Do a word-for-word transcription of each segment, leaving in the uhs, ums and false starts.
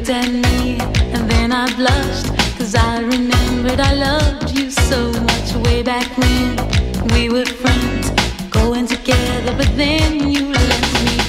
looked at me and then I blushed, 'cause I remembered I loved you so much way back when we were friends, going together, but then you left me.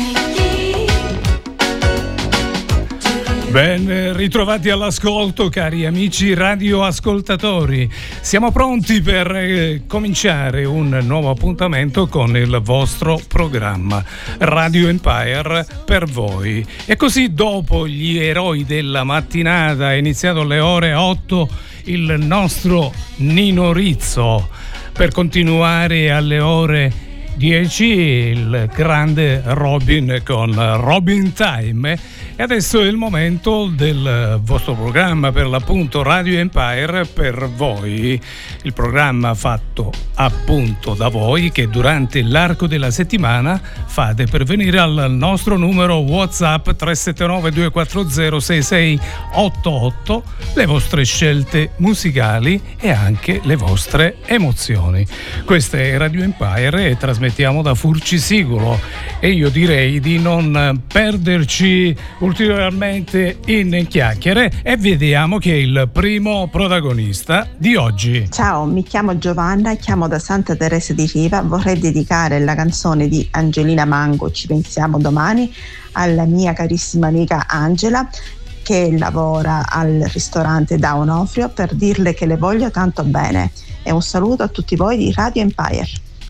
Ben ritrovati all'ascolto, cari amici radioascoltatori. Siamo pronti per eh, cominciare un nuovo appuntamento con il vostro programma Radio Empire per voi. E così, dopo gli eroi della mattinata, è iniziato alle ore otto il nostro Nino Rizzo, per continuare alle ore dieci il grande Robin con Robin Time. E adesso è il momento del vostro programma, per l'appunto Radio Empire per voi, il programma fatto appunto da voi, che durante l'arco della settimana fate pervenire al nostro numero WhatsApp tre sette nove due quattro zero sei sei otto otto le vostre scelte musicali e anche le vostre emozioni. Questa è Radio Empire e trasmettiamo da Furcisicolo, e io direi di non perderci ulteriormente in chiacchiere e vediamo chi è il primo protagonista di oggi. Ciao, mi chiamo Giovanna, chiamo da Santa Teresa di Riva. Vorrei dedicare la canzone di Angelina Mango, Ci pensiamo domani, alla mia carissima amica Angela, che lavora al ristorante da Onofrio, per dirle che le voglio tanto bene. E un saluto a tutti voi di Radio Empire.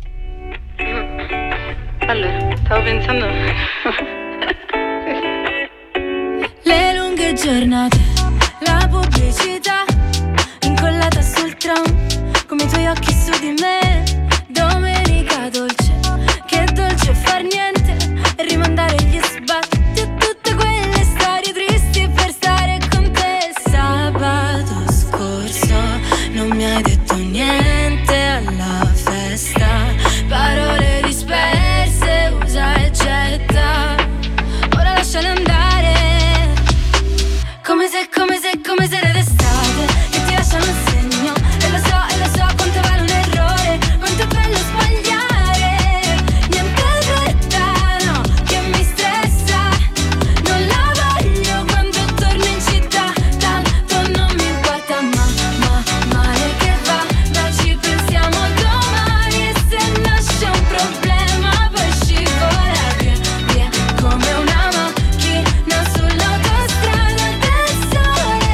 Allora, stavo pensando Le lunghe giornate, la pubblicità incollata sul tram, come i tuoi occhi su di me. Domenica dolce, che dolce far niente e rimandare gli sbatti a tutte quelle storie tristi per stare con te. Sabato scorso non mi hai detto niente alla festa, parole disperse, usa e getta. Ora lasciale andare, come se, come se, come se era d'estate, che ti lasciano un segno. E lo so, e lo so quanto vale un errore, quanto è bello sbagliare. Niente fretta, no, che mi stressa. Non la voglio quando torno in città, tanto non mi importa, ma, ma, male che va. Dai, ci pensiamo domani, e se nasce un problema poi scivola via, via, come una macchina sull'autostrada del sole.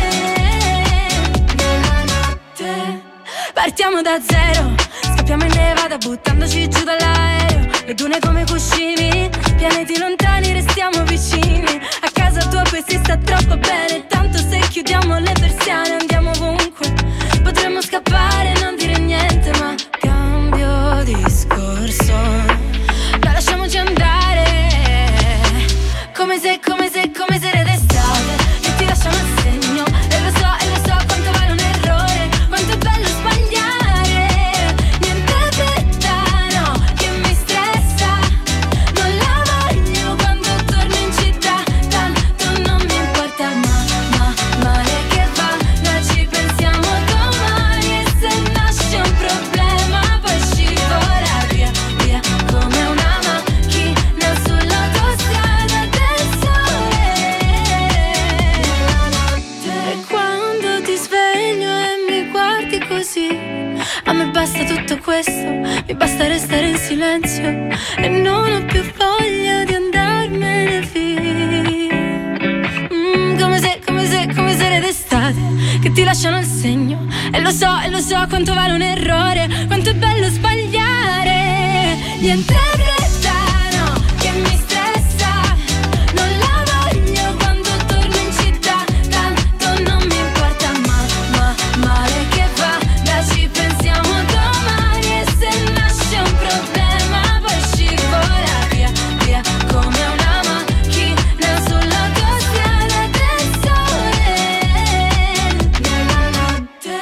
Nella notte partiamo da zero, scappiamo in Nevada buttandoci giù dall'aereo. Le dune come cuscini, pianeti lontani, restiamo vicini. A casa tua poi si sta troppo bene, tanto se chiudiamo le persiane andiamo ovunque. Potremmo scappare e non dire niente, ma cambio discorso, la lasciamoci andare, come se, come se, come se era d'estate, che ti lasciano il segno. E lo so, e lo so quanto vale un errore, quanto è bello sbagliare. Niente fretta, no, che mi stressa. Non la voglio quando torno in città, tanto non mi importa, ma, ma, male che va. Noi ci pensiamo domani, e se nasce un problema poi scivola via, via, come una macchina sull'autostrada del sole. E quando ti sveglio e mi guardi così, a me basta tutto questo, mi basta restare in silenzio e non ho più voglia di andarmene via. Mm, come se, come se, come se era d'estate, che ti lasciano il segno. E lo so, e lo so quanto vale un errore, quanto è bello sbagliare. Niente fretta, no, che mi stressa. Non la voglio quando torno in città, tanto non mi importa, ma, ma, male che va. Dai, ci pensiamo domani, e se nasce un problema poi scivola via, via, come una macchina sull'autostrada del sole. Nella notte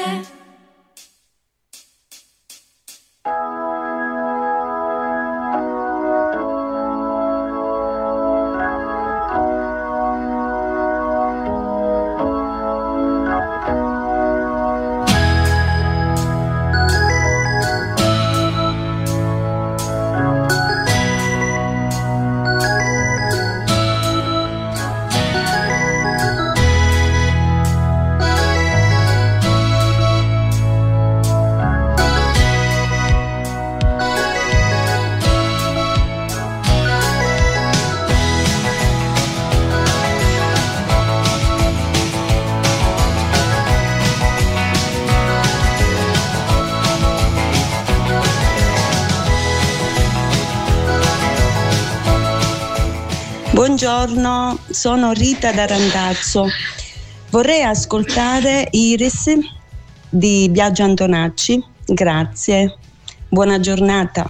Buongiorno, sono Rita da Randazzo. Vorrei ascoltare Iris di Biagio Antonacci. Grazie. Buona giornata.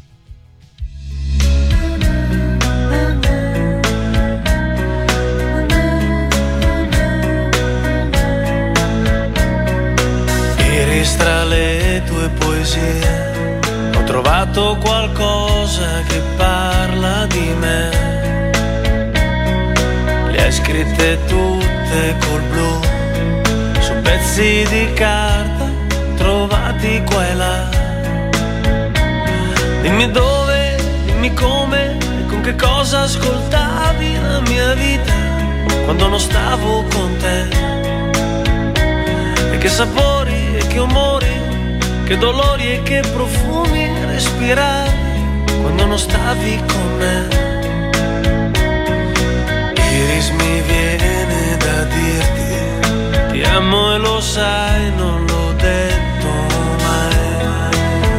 Iris, tra le tue poesie ho trovato qualcosa che parla di me. Le hai scritte tutte col blu su pezzi di carta trovati qua e là. Dimmi dove, dimmi come e con che cosa ascoltavi la mia vita quando non stavo con te. E che sapori e che umori, che dolori e che profumi respiravi quando non stavi con me. Iris, mi viene da dirti ti amo e lo sai, non l'ho detto mai.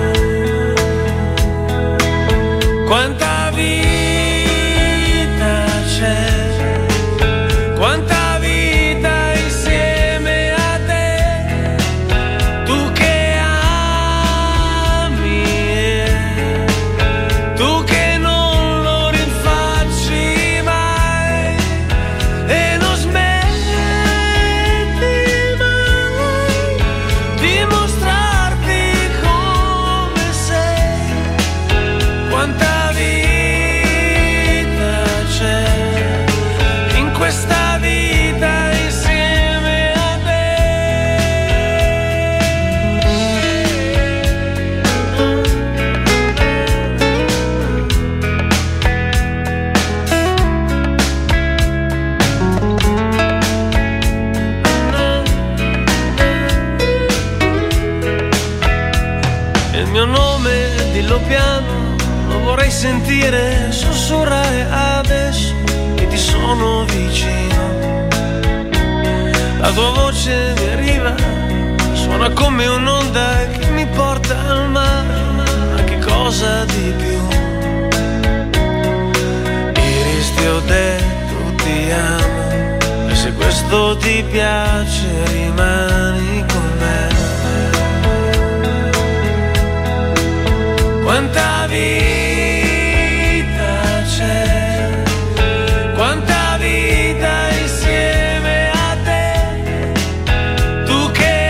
Quanta vita c'è, quanta vita insieme a te, tu che ami e tu che non lo rinfacci mai e non smetti mai di mostrarti come sei. Quanta vita c'è in questa vita insieme a te. Il mio nome, dillo piano, lo vorrei sentire sussurrare adesso che ti sono vicino. La tua voce mi arriva, suona come un'onda che mi porta al mare, ma che cosa di più. Iris, ti ho detto ti amo e se questo ti piace rimani con me. Quanta vita c'è, quanta vita insieme a te, tu che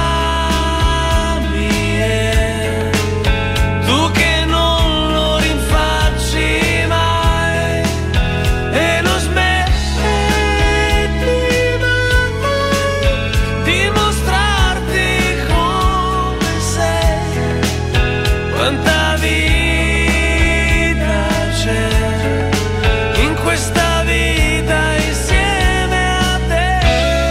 ami e tu che non lo rinfacci mai e non smetti mai di mostrarti come sei. Quanta vita c'è in questa vita insieme a te.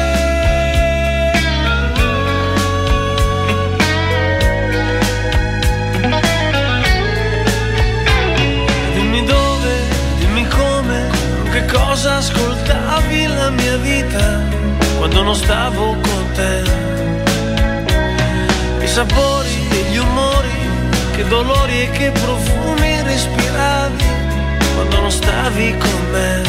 Dimmi dove, dimmi come, con che cosa ascoltavi la mia vita quando non stavo con te. I sapori e gli umori, che dolori e che profumi respiravi quando non stavi con me.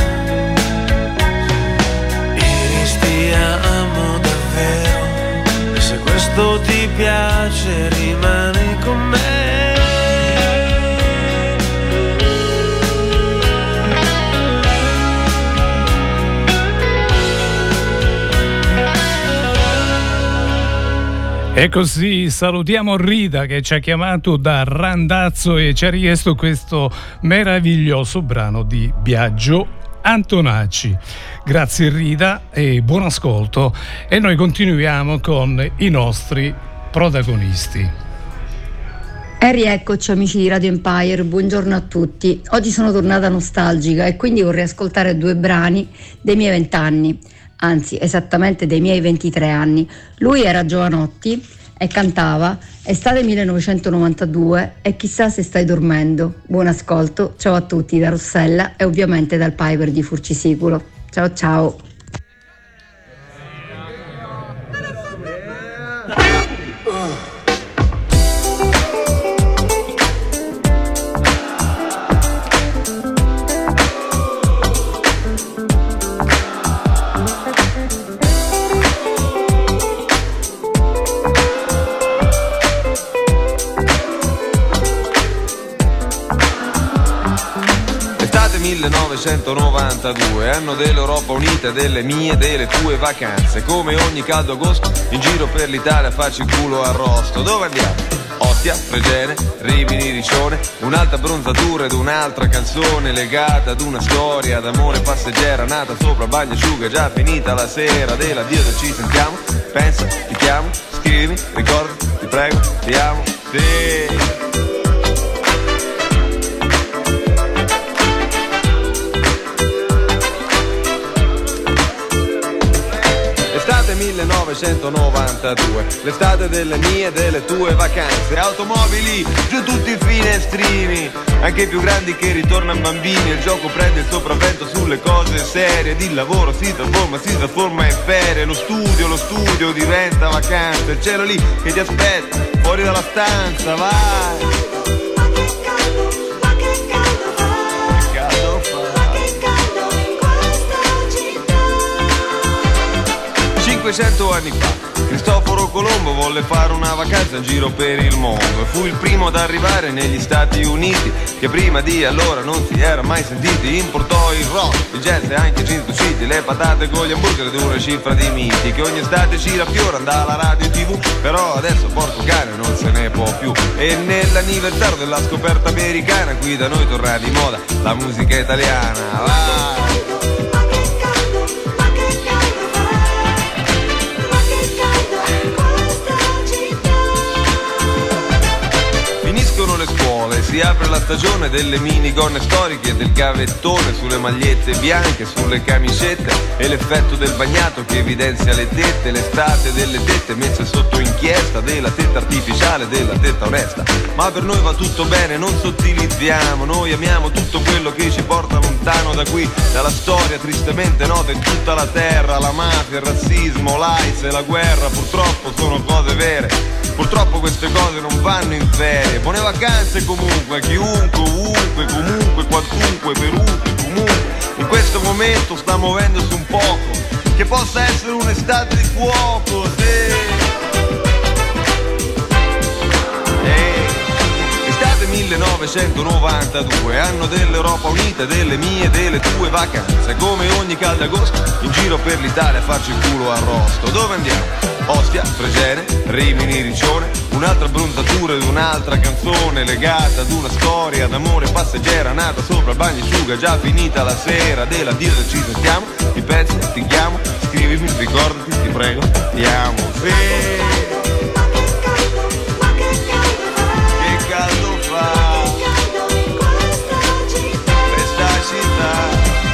Iris, ti amo davvero e se questo ti piace rimani con me. E così salutiamo Rita che ci ha chiamato da Randazzo e ci ha richiesto questo meraviglioso brano di Biagio Antonacci. Grazie Rita e buon ascolto e noi continuiamo con i nostri protagonisti. E rieccoci amici di Radio Empire, buongiorno a tutti. Oggi sono tornata nostalgica e quindi vorrei ascoltare due brani dei miei vent'anni. Anzi, esattamente dei miei ventitré anni. Lui era Giovanotti e cantava Estate millenovecentonovantadue e Chissà se stai dormendo. Buon ascolto, ciao a tutti da Rossella e ovviamente dal Piper di Furcisicolo. Ciao ciao. millenovecentonovantadue, anno dell'Europa unita, delle mie, delle tue vacanze. Come ogni caldo agosto, in giro per l'Italia faccio il culo arrosto. Dove andiamo? Ostia, Fregene, Rimini, Riccione, un'altra bronzatura ed un'altra canzone legata ad una storia d'amore passeggera nata sopra bagnasciuga, già finita la sera dell'addio del ci sentiamo. Pensa, ti chiamo, scrivimi, ricorda, ti prego, ti amo, sì. millenovecentonovantadue, l'estate delle mie e delle tue vacanze. Automobili, giù tutti i finestrini, anche i più grandi che ritornano bambini. Il gioco prende il sopravvento sulle cose serie. Il lavoro si trasforma, si trasforma in ferie. Lo studio, lo studio diventa vacanza. Il cielo lì che ti aspetta, fuori dalla stanza, vai. cinquecento anni fa Cristoforo Colombo volle fare una vacanza in giro per il mondo e fu il primo ad arrivare negli Stati Uniti, che prima di allora non si era mai sentiti. Importò il rock, il jazz e anche Cinto City, le patate con gli hamburger ed una cifra di miti che ogni estate ci raffiora dalla radio e tv. Però adesso porco cane non se ne può più, e nell'anniversario della scoperta americana qui da noi torna di moda la musica italiana. Vai! Le scuole, si apre la stagione delle minigonne storiche, del gavettone sulle magliette bianche, sulle camicette, e l'effetto del bagnato che evidenzia le tette, l'estate delle tette messe sotto inchiesta, della tetta artificiale, della tetta onesta. Ma per noi va tutto bene, non sottilizziamo, noi amiamo tutto quello che ci porta lontano da qui, dalla storia tristemente nota in tutta la terra. La mafia, il razzismo, l'AIDS e la guerra purtroppo sono cose vere. Purtroppo queste cose non vanno in ferie. Buone vacanze comunque a chiunque, ovunque, comunque, quantunque, perunque, comunque. In questo momento sta muovendosi un poco, che possa essere un'estate di fuoco, sì. Hey. Estate millenovecentonovantadue, anno dell'Europa unita, delle mie e delle tue vacanze. Come ogni caldo agosto, in giro per l'Italia faccio il culo arrosto. Dove andiamo? Ostia, Fregene, Rimini, Riccione, un'altra bronzatura ed un'altra canzone legata ad una storia d'amore passeggera nata sopra bagnasciuga, già finita la sera dell'addio del ci sentiamo. Ti penso, ti chiamo, scrivimi, ricordati, ti prego, ti amo, sì. Che caldo fa questa città.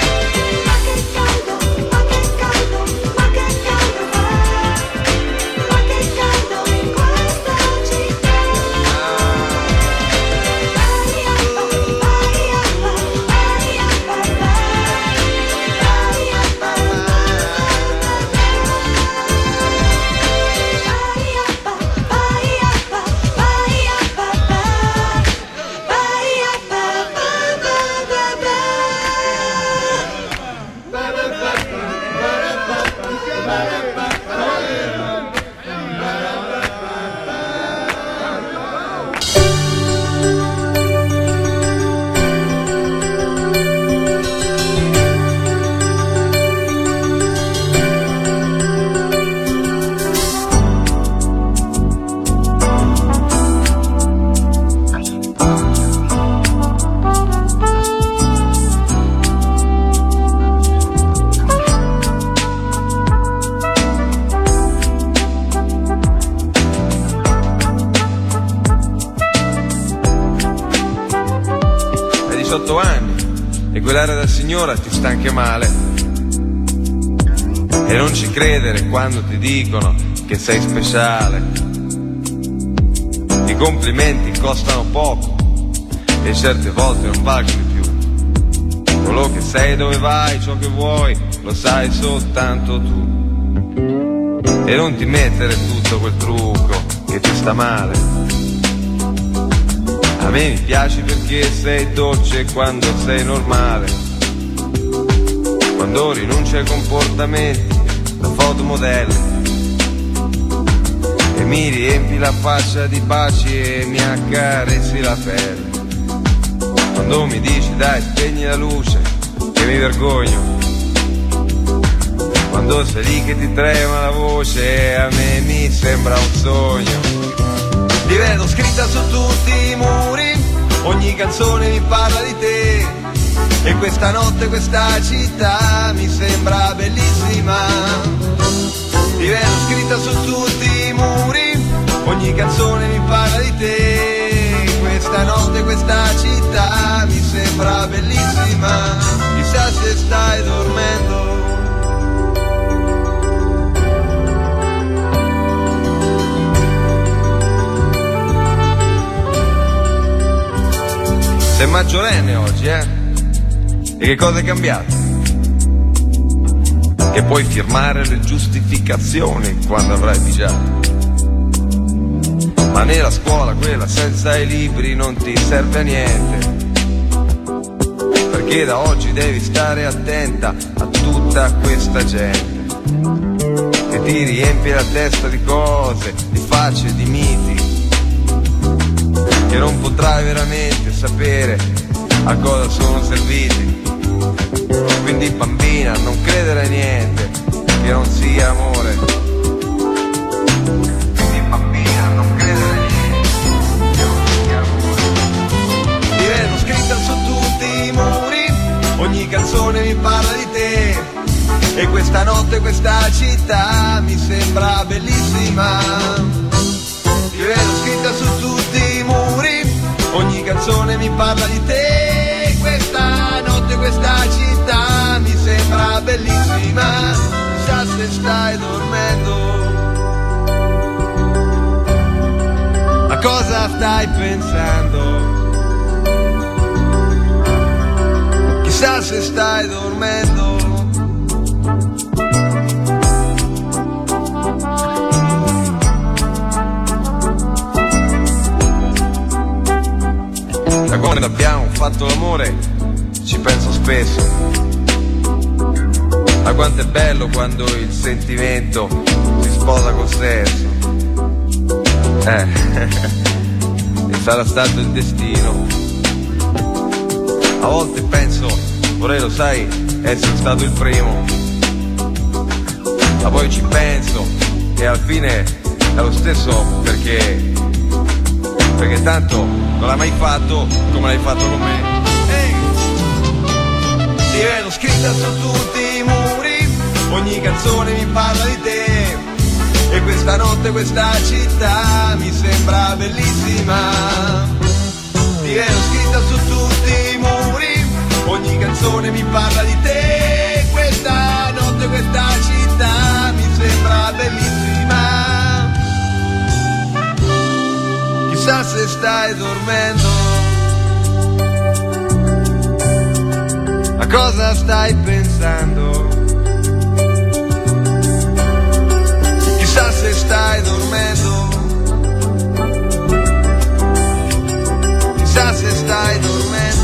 anni e quell'aria da signora ti sta anche male. E non ci credere quando ti dicono che sei speciale. I complimenti costano poco e certe volte non valgono più. Quello che sei, dove vai, ciò che vuoi, lo sai soltanto tu. E non ti mettere tutto quel trucco che ti sta male. A me mi piaci perché sei dolce quando sei normale, quando rinunci ai comportamenti da fotomodelle e mi riempi la faccia di baci e mi accarezzi la pelle. Quando mi dici dai spegni la luce che che mi vergogno. Quando sei lì che ti trema la voce, a me mi sembra un sogno. Ti vedo scritta su tutti i muri, ogni canzone mi parla di te. E questa notte, questa città mi sembra bellissima. Ti vedo scritta su tutti i muri, ogni canzone mi parla di te. Questa notte, questa città mi sembra bellissima. Chissà se stai dormendo. Sei maggiorenne oggi, eh? E che cosa è cambiato? Che puoi firmare le giustificazioni quando avrai pigiato. Ma nella scuola, quella senza i libri, non ti serve a niente. Perché da oggi devi stare attenta a tutta questa gente che ti riempie la testa di cose, di facce, di miti, che non potrai veramente sapere a cosa sono serviti. Quindi bambina, non credere a niente che non sia amore. Quindi bambina, non credere a niente che non sia amore. Ti vedo scritta su tutti i muri, ogni canzone mi parla di te. E questa notte, questa città mi sembra bellissima. Ti vedo scritta su tutti i muri, ogni canzone mi parla di te. Questa notte, questa città mi sembra bellissima. Chissà se stai dormendo. A cosa stai pensando? Chissà se stai dormendo. Da quando abbiamo fatto l'amore ci penso spesso. Ma quanto è bello quando il sentimento si sposa col sesso. Eh, e sarà stato il destino. A volte penso, vorrei, lo sai, essere stato il primo. Ma poi ci penso e alla fine è lo stesso, perché perché tanto non l'ha mai fatto come l'hai fatto con me. Ehi! Ti vedo scritta su tutti i muri, ogni canzone mi parla di te. E questa notte, questa città mi sembra bellissima. Ti vedo scritta su tutti i muri, ogni canzone mi parla di te. Questa notte, questa città mi sembra bellissima. Chissà se stai dormendo. A cosa stai pensando? Chissà se stai dormendo. Chissà se stai dormendo.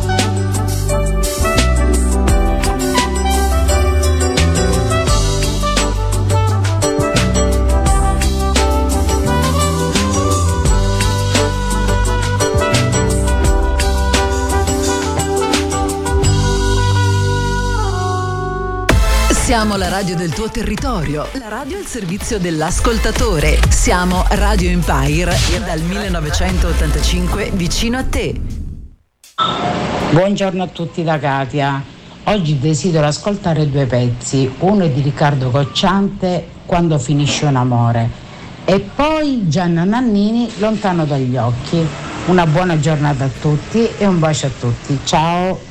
Siamo la radio del tuo territorio, la radio al servizio dell'ascoltatore. Siamo Radio Empire dal millenovecentottantacinque vicino a te. Buongiorno a tutti da Katia. Oggi desidero ascoltare due pezzi. Uno è di Riccardo Cocciante, Quando finisce un amore, e poi Gianna Nannini, Lontano dagli occhi. Una buona giornata a tutti e un bacio a tutti. Ciao.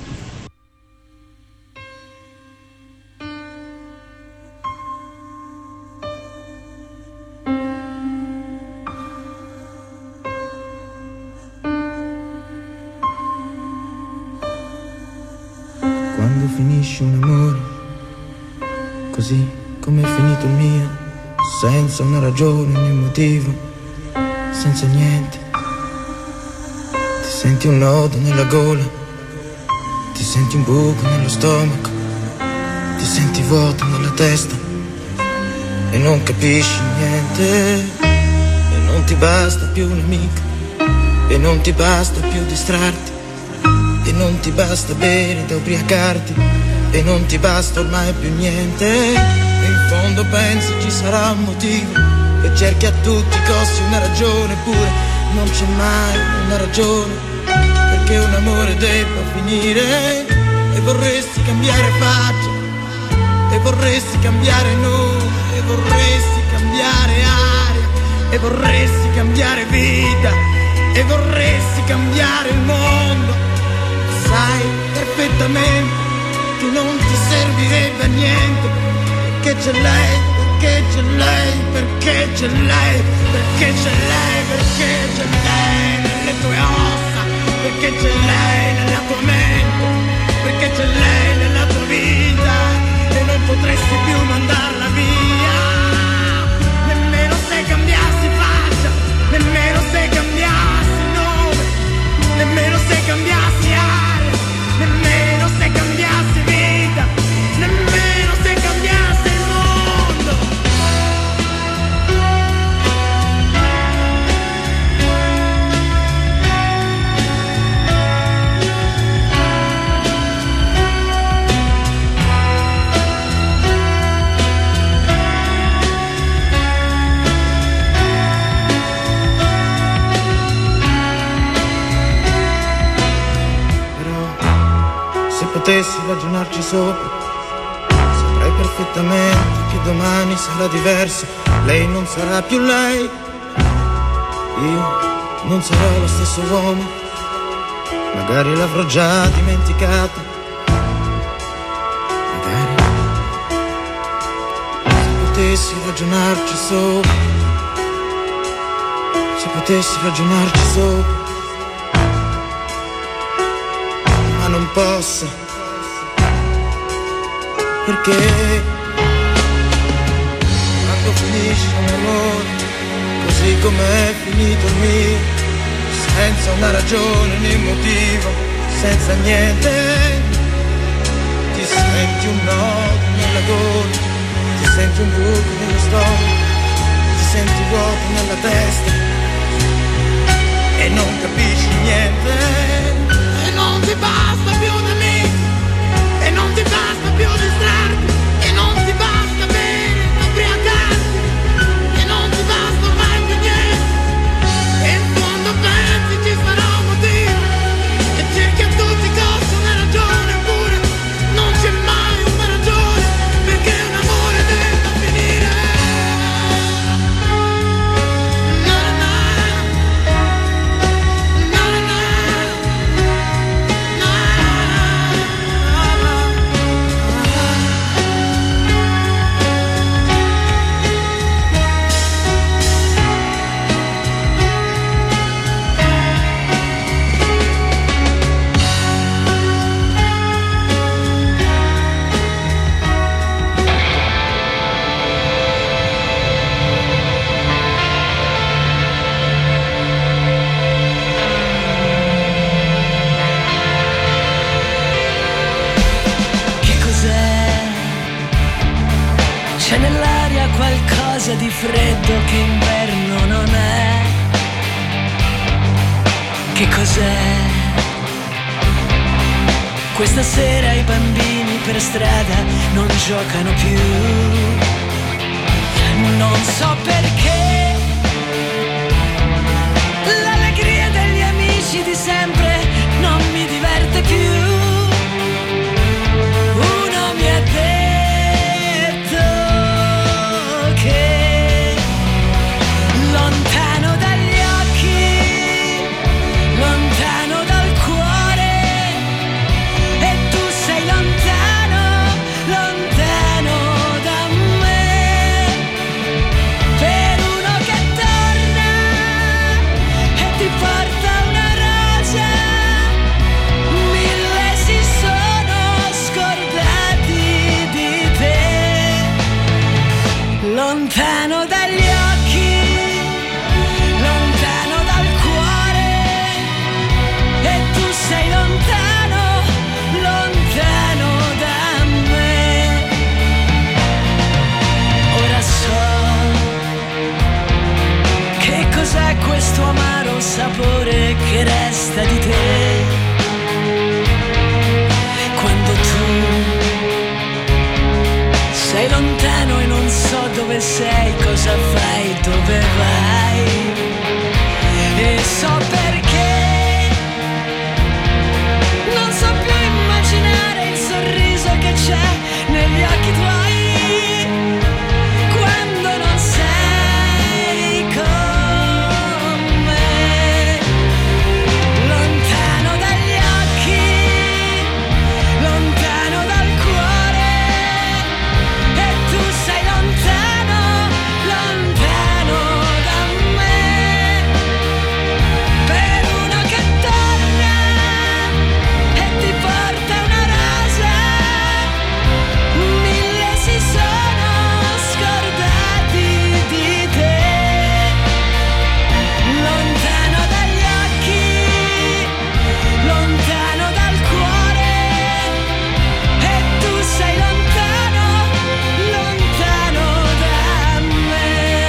Quando finisce un amore, così come è finito il mio, senza una ragione né un motivo, senza niente. Ti senti un nodo nella gola, ti senti un buco nello stomaco, ti senti vuoto nella testa e non capisci niente. E non ti basta più un'amica, e non ti basta più distrarti, e non ti basta bere da ubriacarti, e non ti basta ormai più niente. E in fondo pensi ci sarà un motivo, e cerchi a tutti i costi una ragione, pure non c'è mai una ragione perché un amore debba finire. E vorresti cambiare faccia, e vorresti cambiare nome, e vorresti cambiare aria, e vorresti cambiare vita, e vorresti cambiare il mondo. Sai perfettamente che non ti servirebbe a niente, perché c'è lei, perché c'è lei, perché c'è lei, perché c'è lei, perché c'è lei nelle tue ossa, perché c'è lei nella tua mente, perché c'è lei nella tua vita, e non potresti più mandarla via, nemmeno se cambiassi faccia, nemmeno se cambiassi nome, nemmeno se cambiassi aria, nemmeno se cambiassi vita, nemmeno se cambiassi il mondo. Potessi ragionarci sopra, saprai perfettamente che domani sarà diverso. Lei non sarà più lei, io non sarò lo stesso uomo, magari l'avrò già dimenticata, magari. Se potessi ragionarci sopra, se potessi ragionarci sopra, ma non posso, perché quando finisce un amore, così com'è finito il mio, senza una ragione né un motivo, senza niente, ti senti un nodo nella gola, ti senti un buco nello stomaco, ti senti vuoto nella testa e non capisci niente, e non ti basta più un amico, e non ti basta più distrarti, e non ti basta bere, ubriacarti, e non ti basta mai più niente, e in fondo pensi ci sarà un motivo, e cerchi a tutti i costi una ragione, pure non c'è mai una ragione perché un amore debba finire. Na na na na na. C'è nell'aria qualcosa di freddo che inverno non è. Che cos'è? Questa sera i bambini per strada non giocano più. Non so perché. L'allegria degli amici di sempre non mi diverte più. Uno mi ha detto che lontano dagli occhi, lontano dal cuore, e tu sei lontano, lontano da me, per uno che torna e ti porta una rosa, mille si sono scordati di te. Lontano dagli occhi, lontano dal cuore, e tu sei lontano, lontano da me. Ora so che cos'è questo amaro sapore che resta di te. sei lontano e non so dove sei, cosa fai, dove vai. E so perché non so più immaginare il sorriso che c'è negli occhi tuoi quando non sei con me. Lontano dagli occhi, lontano dal cuore, e tu sei lontano, lontano da me. Per uno che torna e ti porta una rosa, mille si sono scordati di te. Lontano dagli occhi, lontano dal cuore, e tu sei lontano, lontano da me.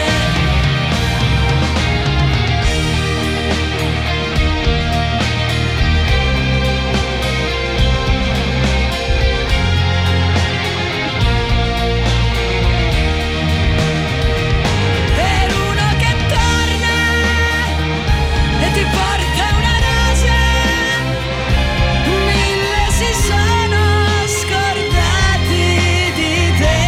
Per uno che torna e ti porta una rosa, mille si sono scordati di te.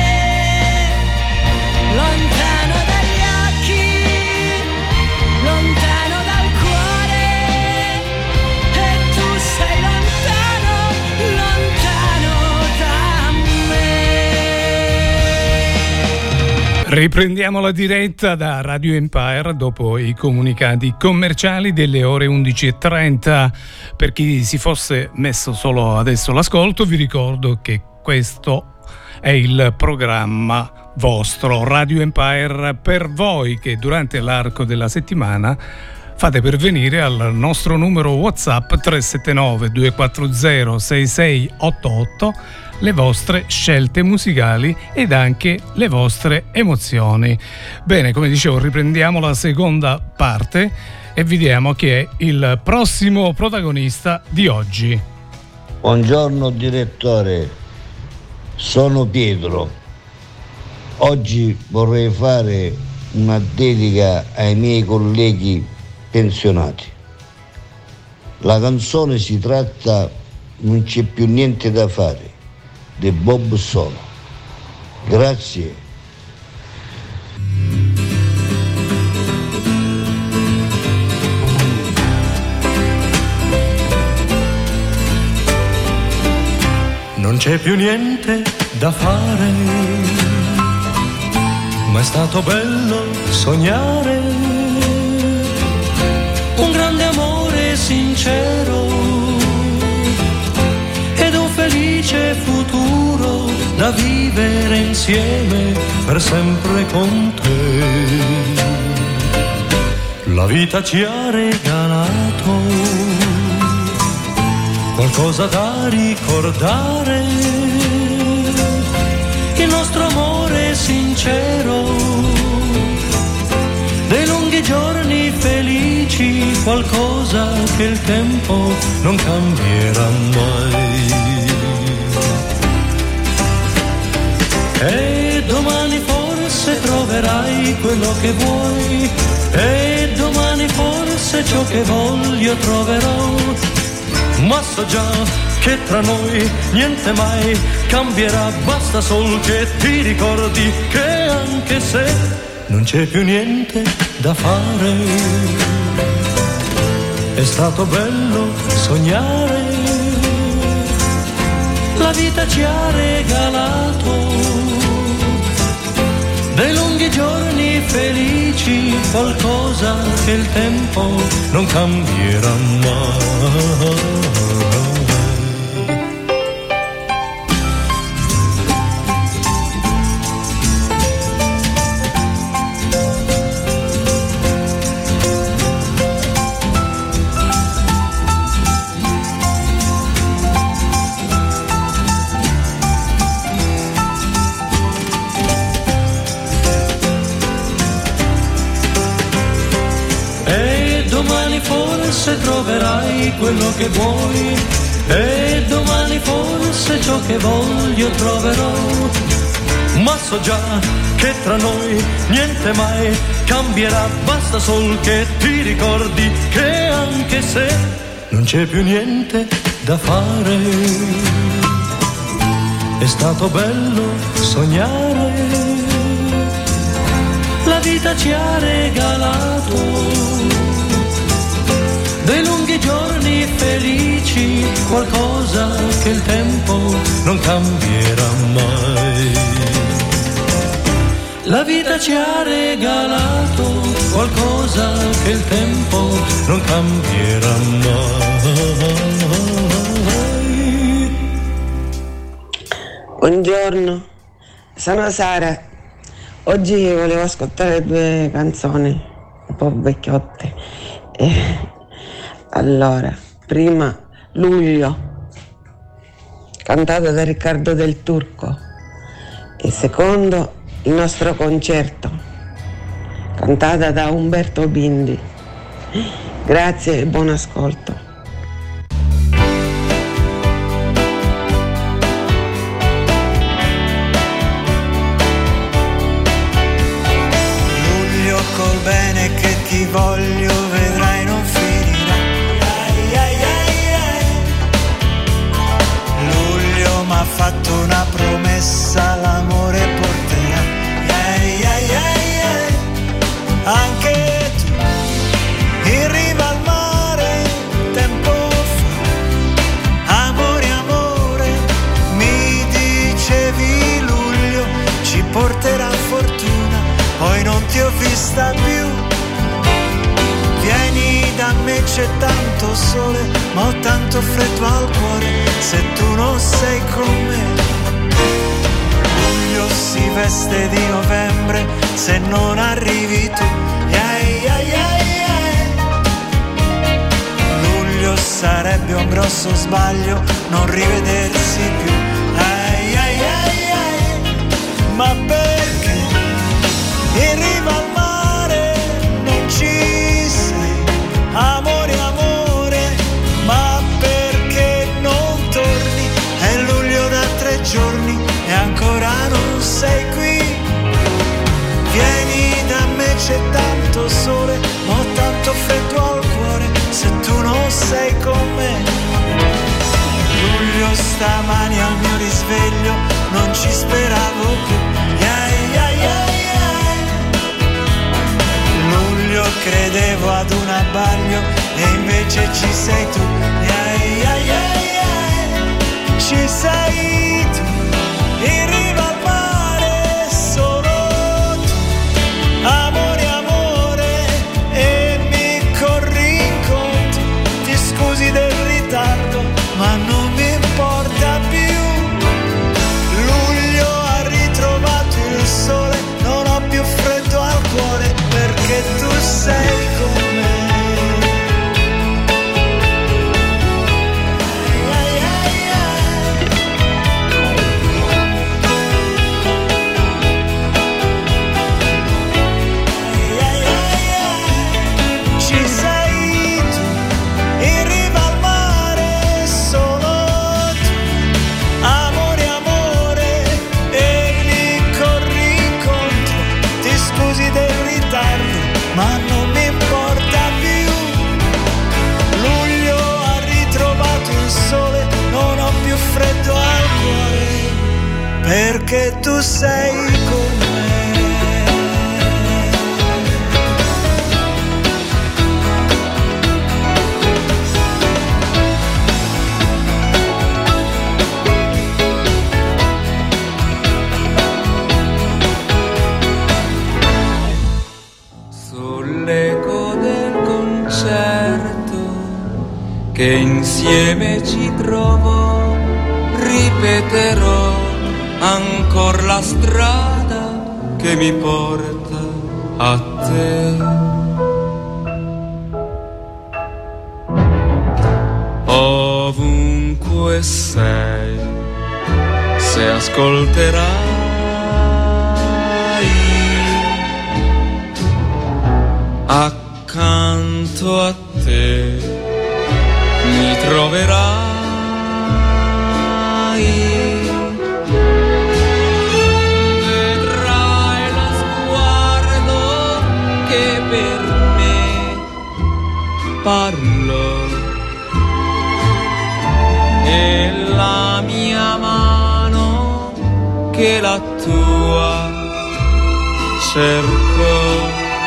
Lontano dagli occhi, lontano dal cuore, e tu sei lontano, lontano da me. Riprendiamo la diretta da Radio Empire dopo i comunicati commerciali delle ore undici e trenta. Per chi si fosse messo solo adesso l'ascolto, vi ricordo che questo è il programma vostro Radio Empire per voi, che durante l'arco della settimana fate pervenire al nostro numero WhatsApp tre sette nove due quattro zero sei sei otto otto le vostre scelte musicali ed anche le vostre emozioni. Bene, come dicevo, riprendiamo la seconda parte e vediamo chi è il prossimo protagonista di oggi. Buongiorno direttore, sono Pietro. Oggi vorrei fare una dedica ai miei colleghi pensionati. La canzone si tratta Non c'è più niente da fare di Bob Solo. Grazie. Non c'è più niente da fare, ma è stato bello sognare un grande amore sincero ed un felice futuro da vivere insieme per sempre con te. La vita ci ha regalato qualcosa da ricordare, il nostro amore sincero, dei lunghi giorni felici, qualcosa che il tempo non cambierà mai. E domani forse troverai quello che vuoi, e domani forse ciò che voglio troverò, ma so già che tra noi niente mai cambierà, basta sol che ti ricordi che anche se non c'è più niente da fare, è stato bello sognare, la vita ci ha regalato dei lunghi giorni felici, qualcosa che il tempo non cambierà mai. Forse troverai quello che vuoi, e domani forse ciò che voglio troverò, ma so già che tra noi niente mai cambierà, basta sol che ti ricordi che anche se non c'è più niente da fare, è stato bello sognare, la vita ci ha regalato dei lunghi giorni felici, qualcosa che il tempo non cambierà mai. La vita ci ha regalato qualcosa che il tempo non cambierà mai. Buongiorno, sono Sara. Oggi volevo ascoltare due canzoni un po' vecchiotte. Eh, allora, prima Luglio, cantata da Riccardo Del Turco, e secondo Il nostro concerto, cantata da Umberto Bindi. Grazie e buon ascolto. Luglio col bene che ti voglio, vedrai non finirà. Ai, ai, ai, ai. Luglio m'ha fatto una promessa, l'amore porterà. Ai, ai, ai, ai. Anche tu, in riva al mare, tempo fa, amore, amore, mi dicevi luglio ci porterà fortuna, poi non ti ho vista più. Vieni da me, c'è tanto sole, ma ho tanto freddo al cuore se tu non sei con me. Luglio si veste di novembre se non arrivi tu. Ai, ai, ai, ai. Luglio sarebbe un grosso sbaglio non rivedersi più. Ai, ai, ai, ai. Ma perché in riva al mare non ci sei, amore, amore, ma perché non torni? È luglio da tre giorni e ancora non sei qui. Vieni da me, c'è tanto sole, ma ho tanto freddo al cuore se tu non sei con me. Luglio stamani al mio risveglio non ci speravo più. Ai, ai, ai, ai. Luglio credevo ad un abbaglio e invece ci sei tu. Ai, ai, ai, ai. Ci sei tu, in riva al mare, solo tu, amore, amore, e mi corri incontro. Ti scusi del ritardo, ma non mi importa più. Luglio ha ritrovato il sole, non ho più freddo al cuore perché tu sei con me. Ma non mi importa più. Luglio ha ritrovato il sole, non ho più freddo al cuore perché tu sei con me. Che insieme ci trovo, ripeterò ancora la strada che mi porta a te. Ovunque sei, se ascolterai, accanto a te mi troverai. Vedrai parlo e la mia mano che la tua cerco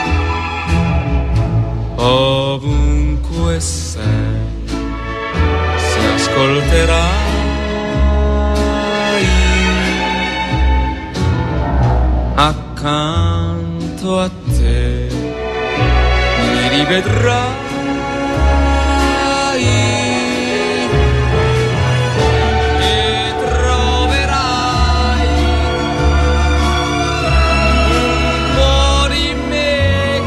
ovunque sei, se ascolterai accanto a te mi rivedrai e troverai un po' di me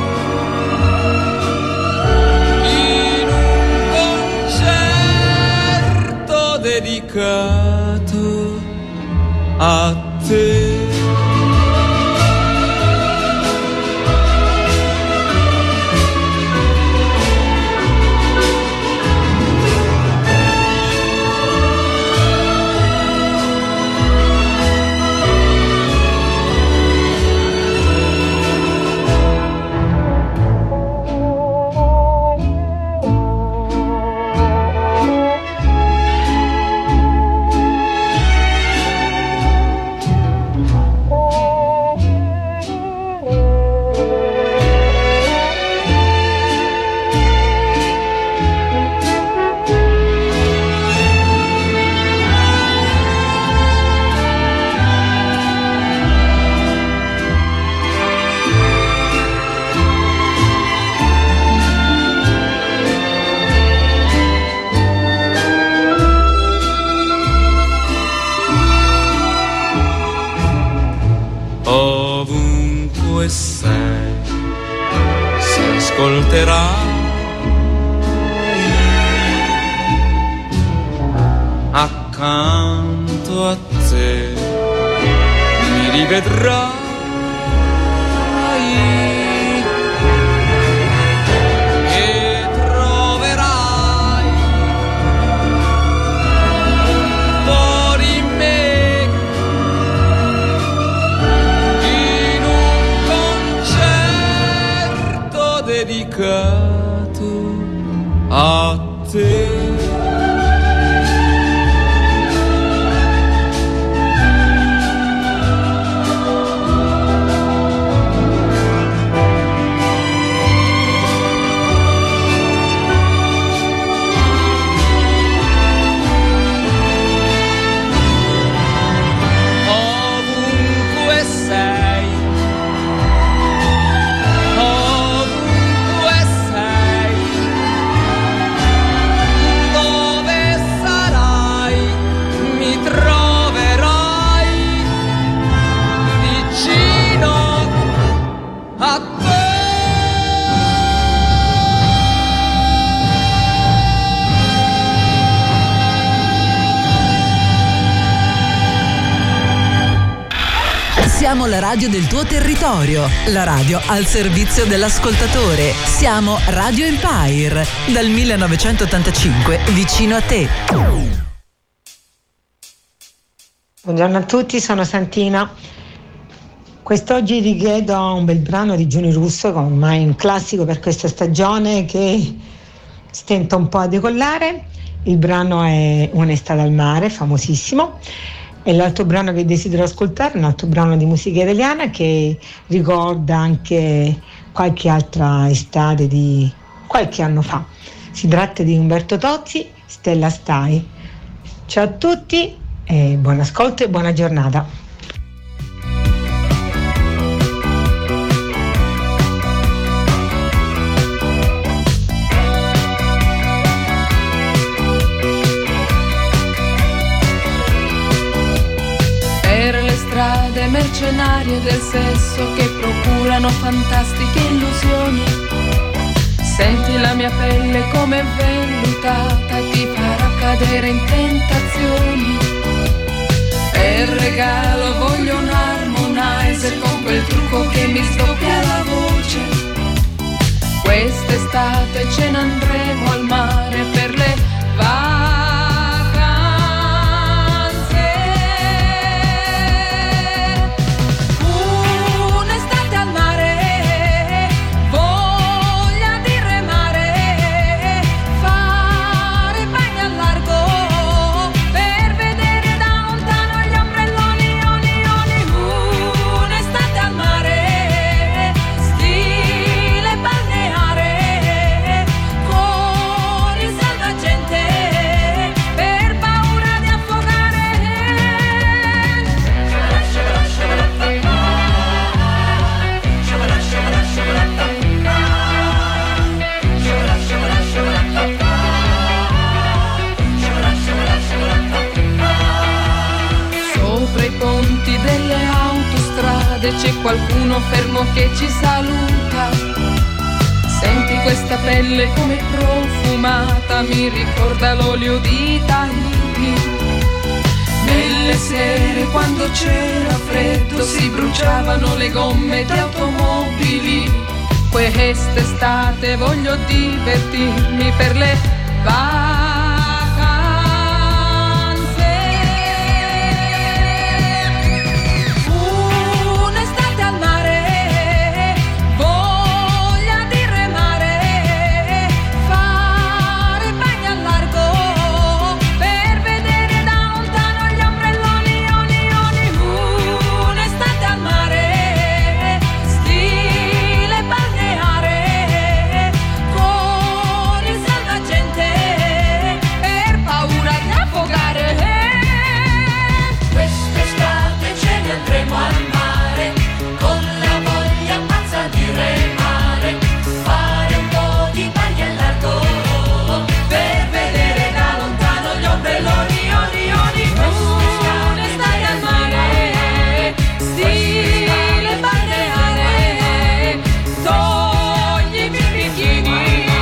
in un concerto dedicato a te. Ovunque sei, se ascolterai accanto a te mi rivedrai e troverai un po' di me in un concerto dedicato a te. Siamo la radio del tuo territorio, la radio al servizio dell'ascoltatore. Siamo Radio Empire, dal millenovecentottantacinque vicino a te. Buongiorno a tutti, sono Santina. Quest'oggi richiedo un bel brano di Giuni Russo, ormai un classico per questa stagione che stenta un po' a decollare. Il brano è Un'estate al mare, famosissimo. E l'altro brano che desidero ascoltare è un altro brano di musica italiana che ricorda anche qualche altra estate di qualche anno fa. Si tratta di Umberto Tozzi, Stella stai. Ciao a tutti e buon ascolto e buona giornata. Strade mercenarie del sesso che procurano fantastiche illusioni. Senti la mia pelle come vellutata, ti farà cadere in tentazioni. Per regalo voglio un harmonizer con quel trucco che mi sdoppia la voce. Quest'estate ce ne andremo al mare per le vacanze. Un'estate al mare, voglia di remare. strade c'è qualcuno fermo che ci saluta. Senti questa pelle come profumata, mi ricorda l'olio di Tahiti. Nelle sere quando c'era freddo si bruciavano le gomme di automobili. Quest'estate voglio divertirmi per le vacanze. Un'estate al mare, voglia di remare, fare bagni al largo per vedere da lontano gli ombrelloni, oni, oni. Un'estate al mare, stile balneare, con il salvagente per paura di affogare. Quest'estate ce ne andremo al mare, con la voglia pazza di remare, fare un po' di bagni al largo, per vedere da lontano gli ombrelloni, oni, oni. Un'estate al mare, stile balneare, toglimi il bikini.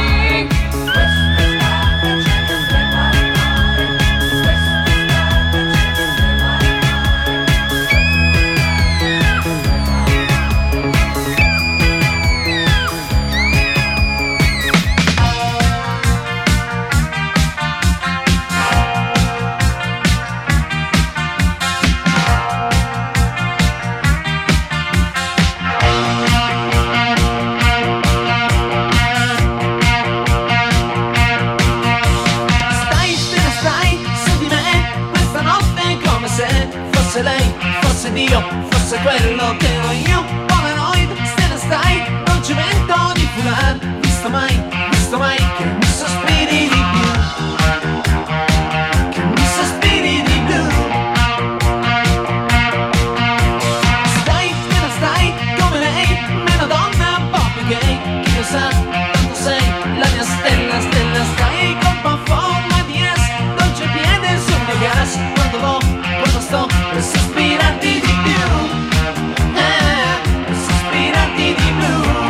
Stai, te ne stai su di me questa notte come se fosse lei, fosse Dio, fosse quello che ero io. Polaroid, te ne stai, non ci mento di furar. Visto mai, visto mai che mi sospiri di più, che mi sospiri di più. Stai, te ne stai come lei, meno donna, un po' più gay. Chi lo sa, tanto sei la mia stella, stella. Stai con forma di S, dolce piede sul mio gas. Quando vo, quando sto per sospirarti di più, eh, per sospirarti di più.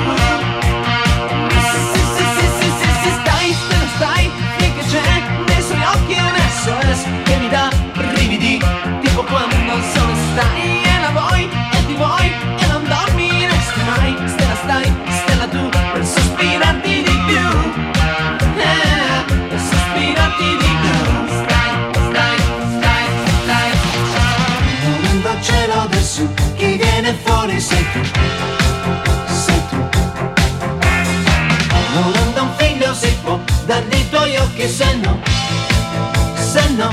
Sì, sì, sì, sì, sì, sì, sì, stai, te ne stai, finché c'è nei suoi occhi un S O S che mi dà brividi, tipo quando al sole stai e la vuoi e ti vuoi e non dormi, resti mai. Stella stai, stella tu, per sospirarti di più, eh, per sospirarti di più. Stai, stai, stai, stai. Volendo al cielo del sud, chi viene fuori sei tu, sei tu. Volendo un figlio si può dar dei tuoi occhi, se no, se no,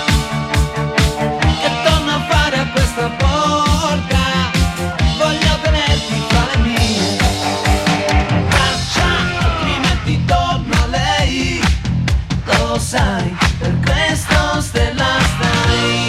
che torno a fare a questa porta. Voglio tenerti fra le mie braccia, altrimenti torno a lei. Lo sai, per questo stella stai.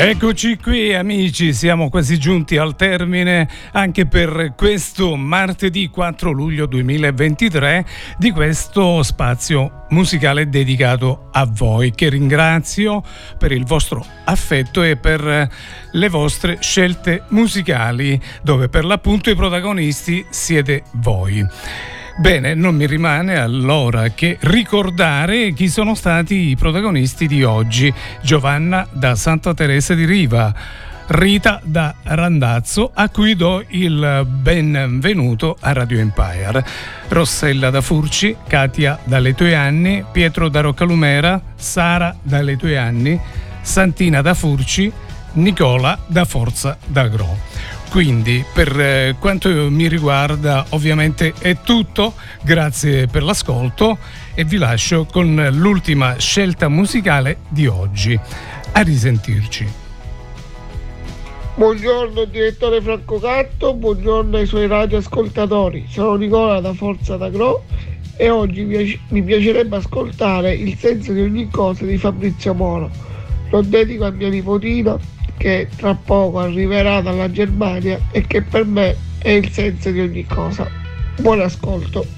Eccoci qui amici, siamo quasi giunti al termine anche per questo martedì quattro luglio duemilaventitré di questo spazio musicale dedicato a voi, che ringrazio per il vostro affetto e per le vostre scelte musicali, dove per l'appunto i protagonisti siete voi. Bene, non mi rimane allora che ricordare chi sono stati i protagonisti di oggi. Giovanna da Santa Teresa di Riva, Rita da Randazzo, a cui do il benvenuto a Radio Empire, Rossella da Furci, Katia dalle Tue Anni, Pietro da Roccalumera, Sara dalle Tue Anni, Santina da Furci, Nicola da Forza d'Agro. Quindi per quanto mi riguarda ovviamente è tutto, grazie per l'ascolto e vi lascio con l'ultima scelta musicale di oggi. A risentirci. Buongiorno direttore Franco Gatto, buongiorno ai suoi radioascoltatori, sono Nicola da Forza d'Agro e oggi mi piacerebbe ascoltare Il senso di ogni cosa di Fabrizio Moro. Lo dedico a mia nipotina che tra poco arriverà dalla Germania e che per me è il senso di ogni cosa. Buon ascolto.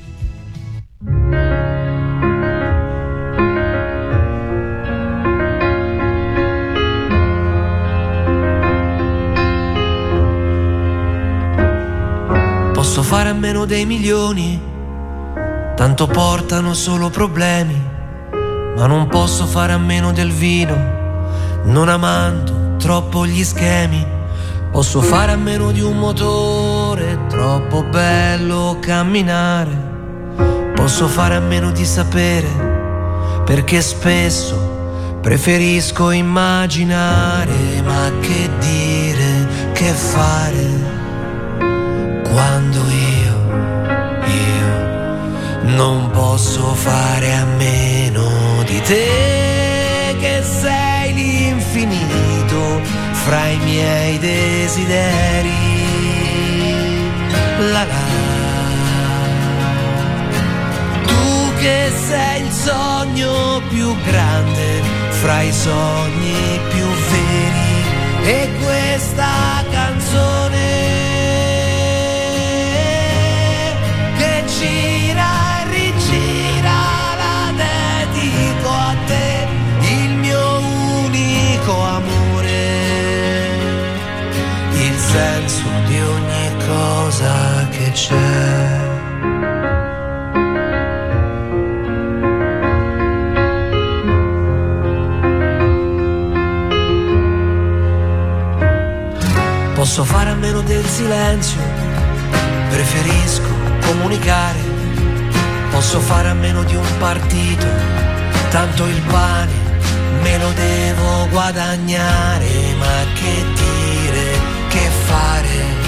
Posso fare a meno dei milioni, tanto portano solo problemi, ma non posso fare a meno del vino, non amando troppo gli schemi. Posso fare a meno di un motore, troppo bello camminare. Posso fare a meno di sapere, perché spesso preferisco immaginare. Ma che dire, che fare, quando io, io non posso fare a meno di te, che sei l'infinito fra i miei desideri. La la. Tu che sei il sogno più grande fra i sogni più veri, e questa canzone che gira e rigira la dedico a te, il mio unico amore, il senso di ogni cosa che c'è. Posso fare a meno del silenzio, preferisco comunicare. Posso fare a meno di un partito, tanto il pane me lo devo guadagnare. Ma che dire, che fare,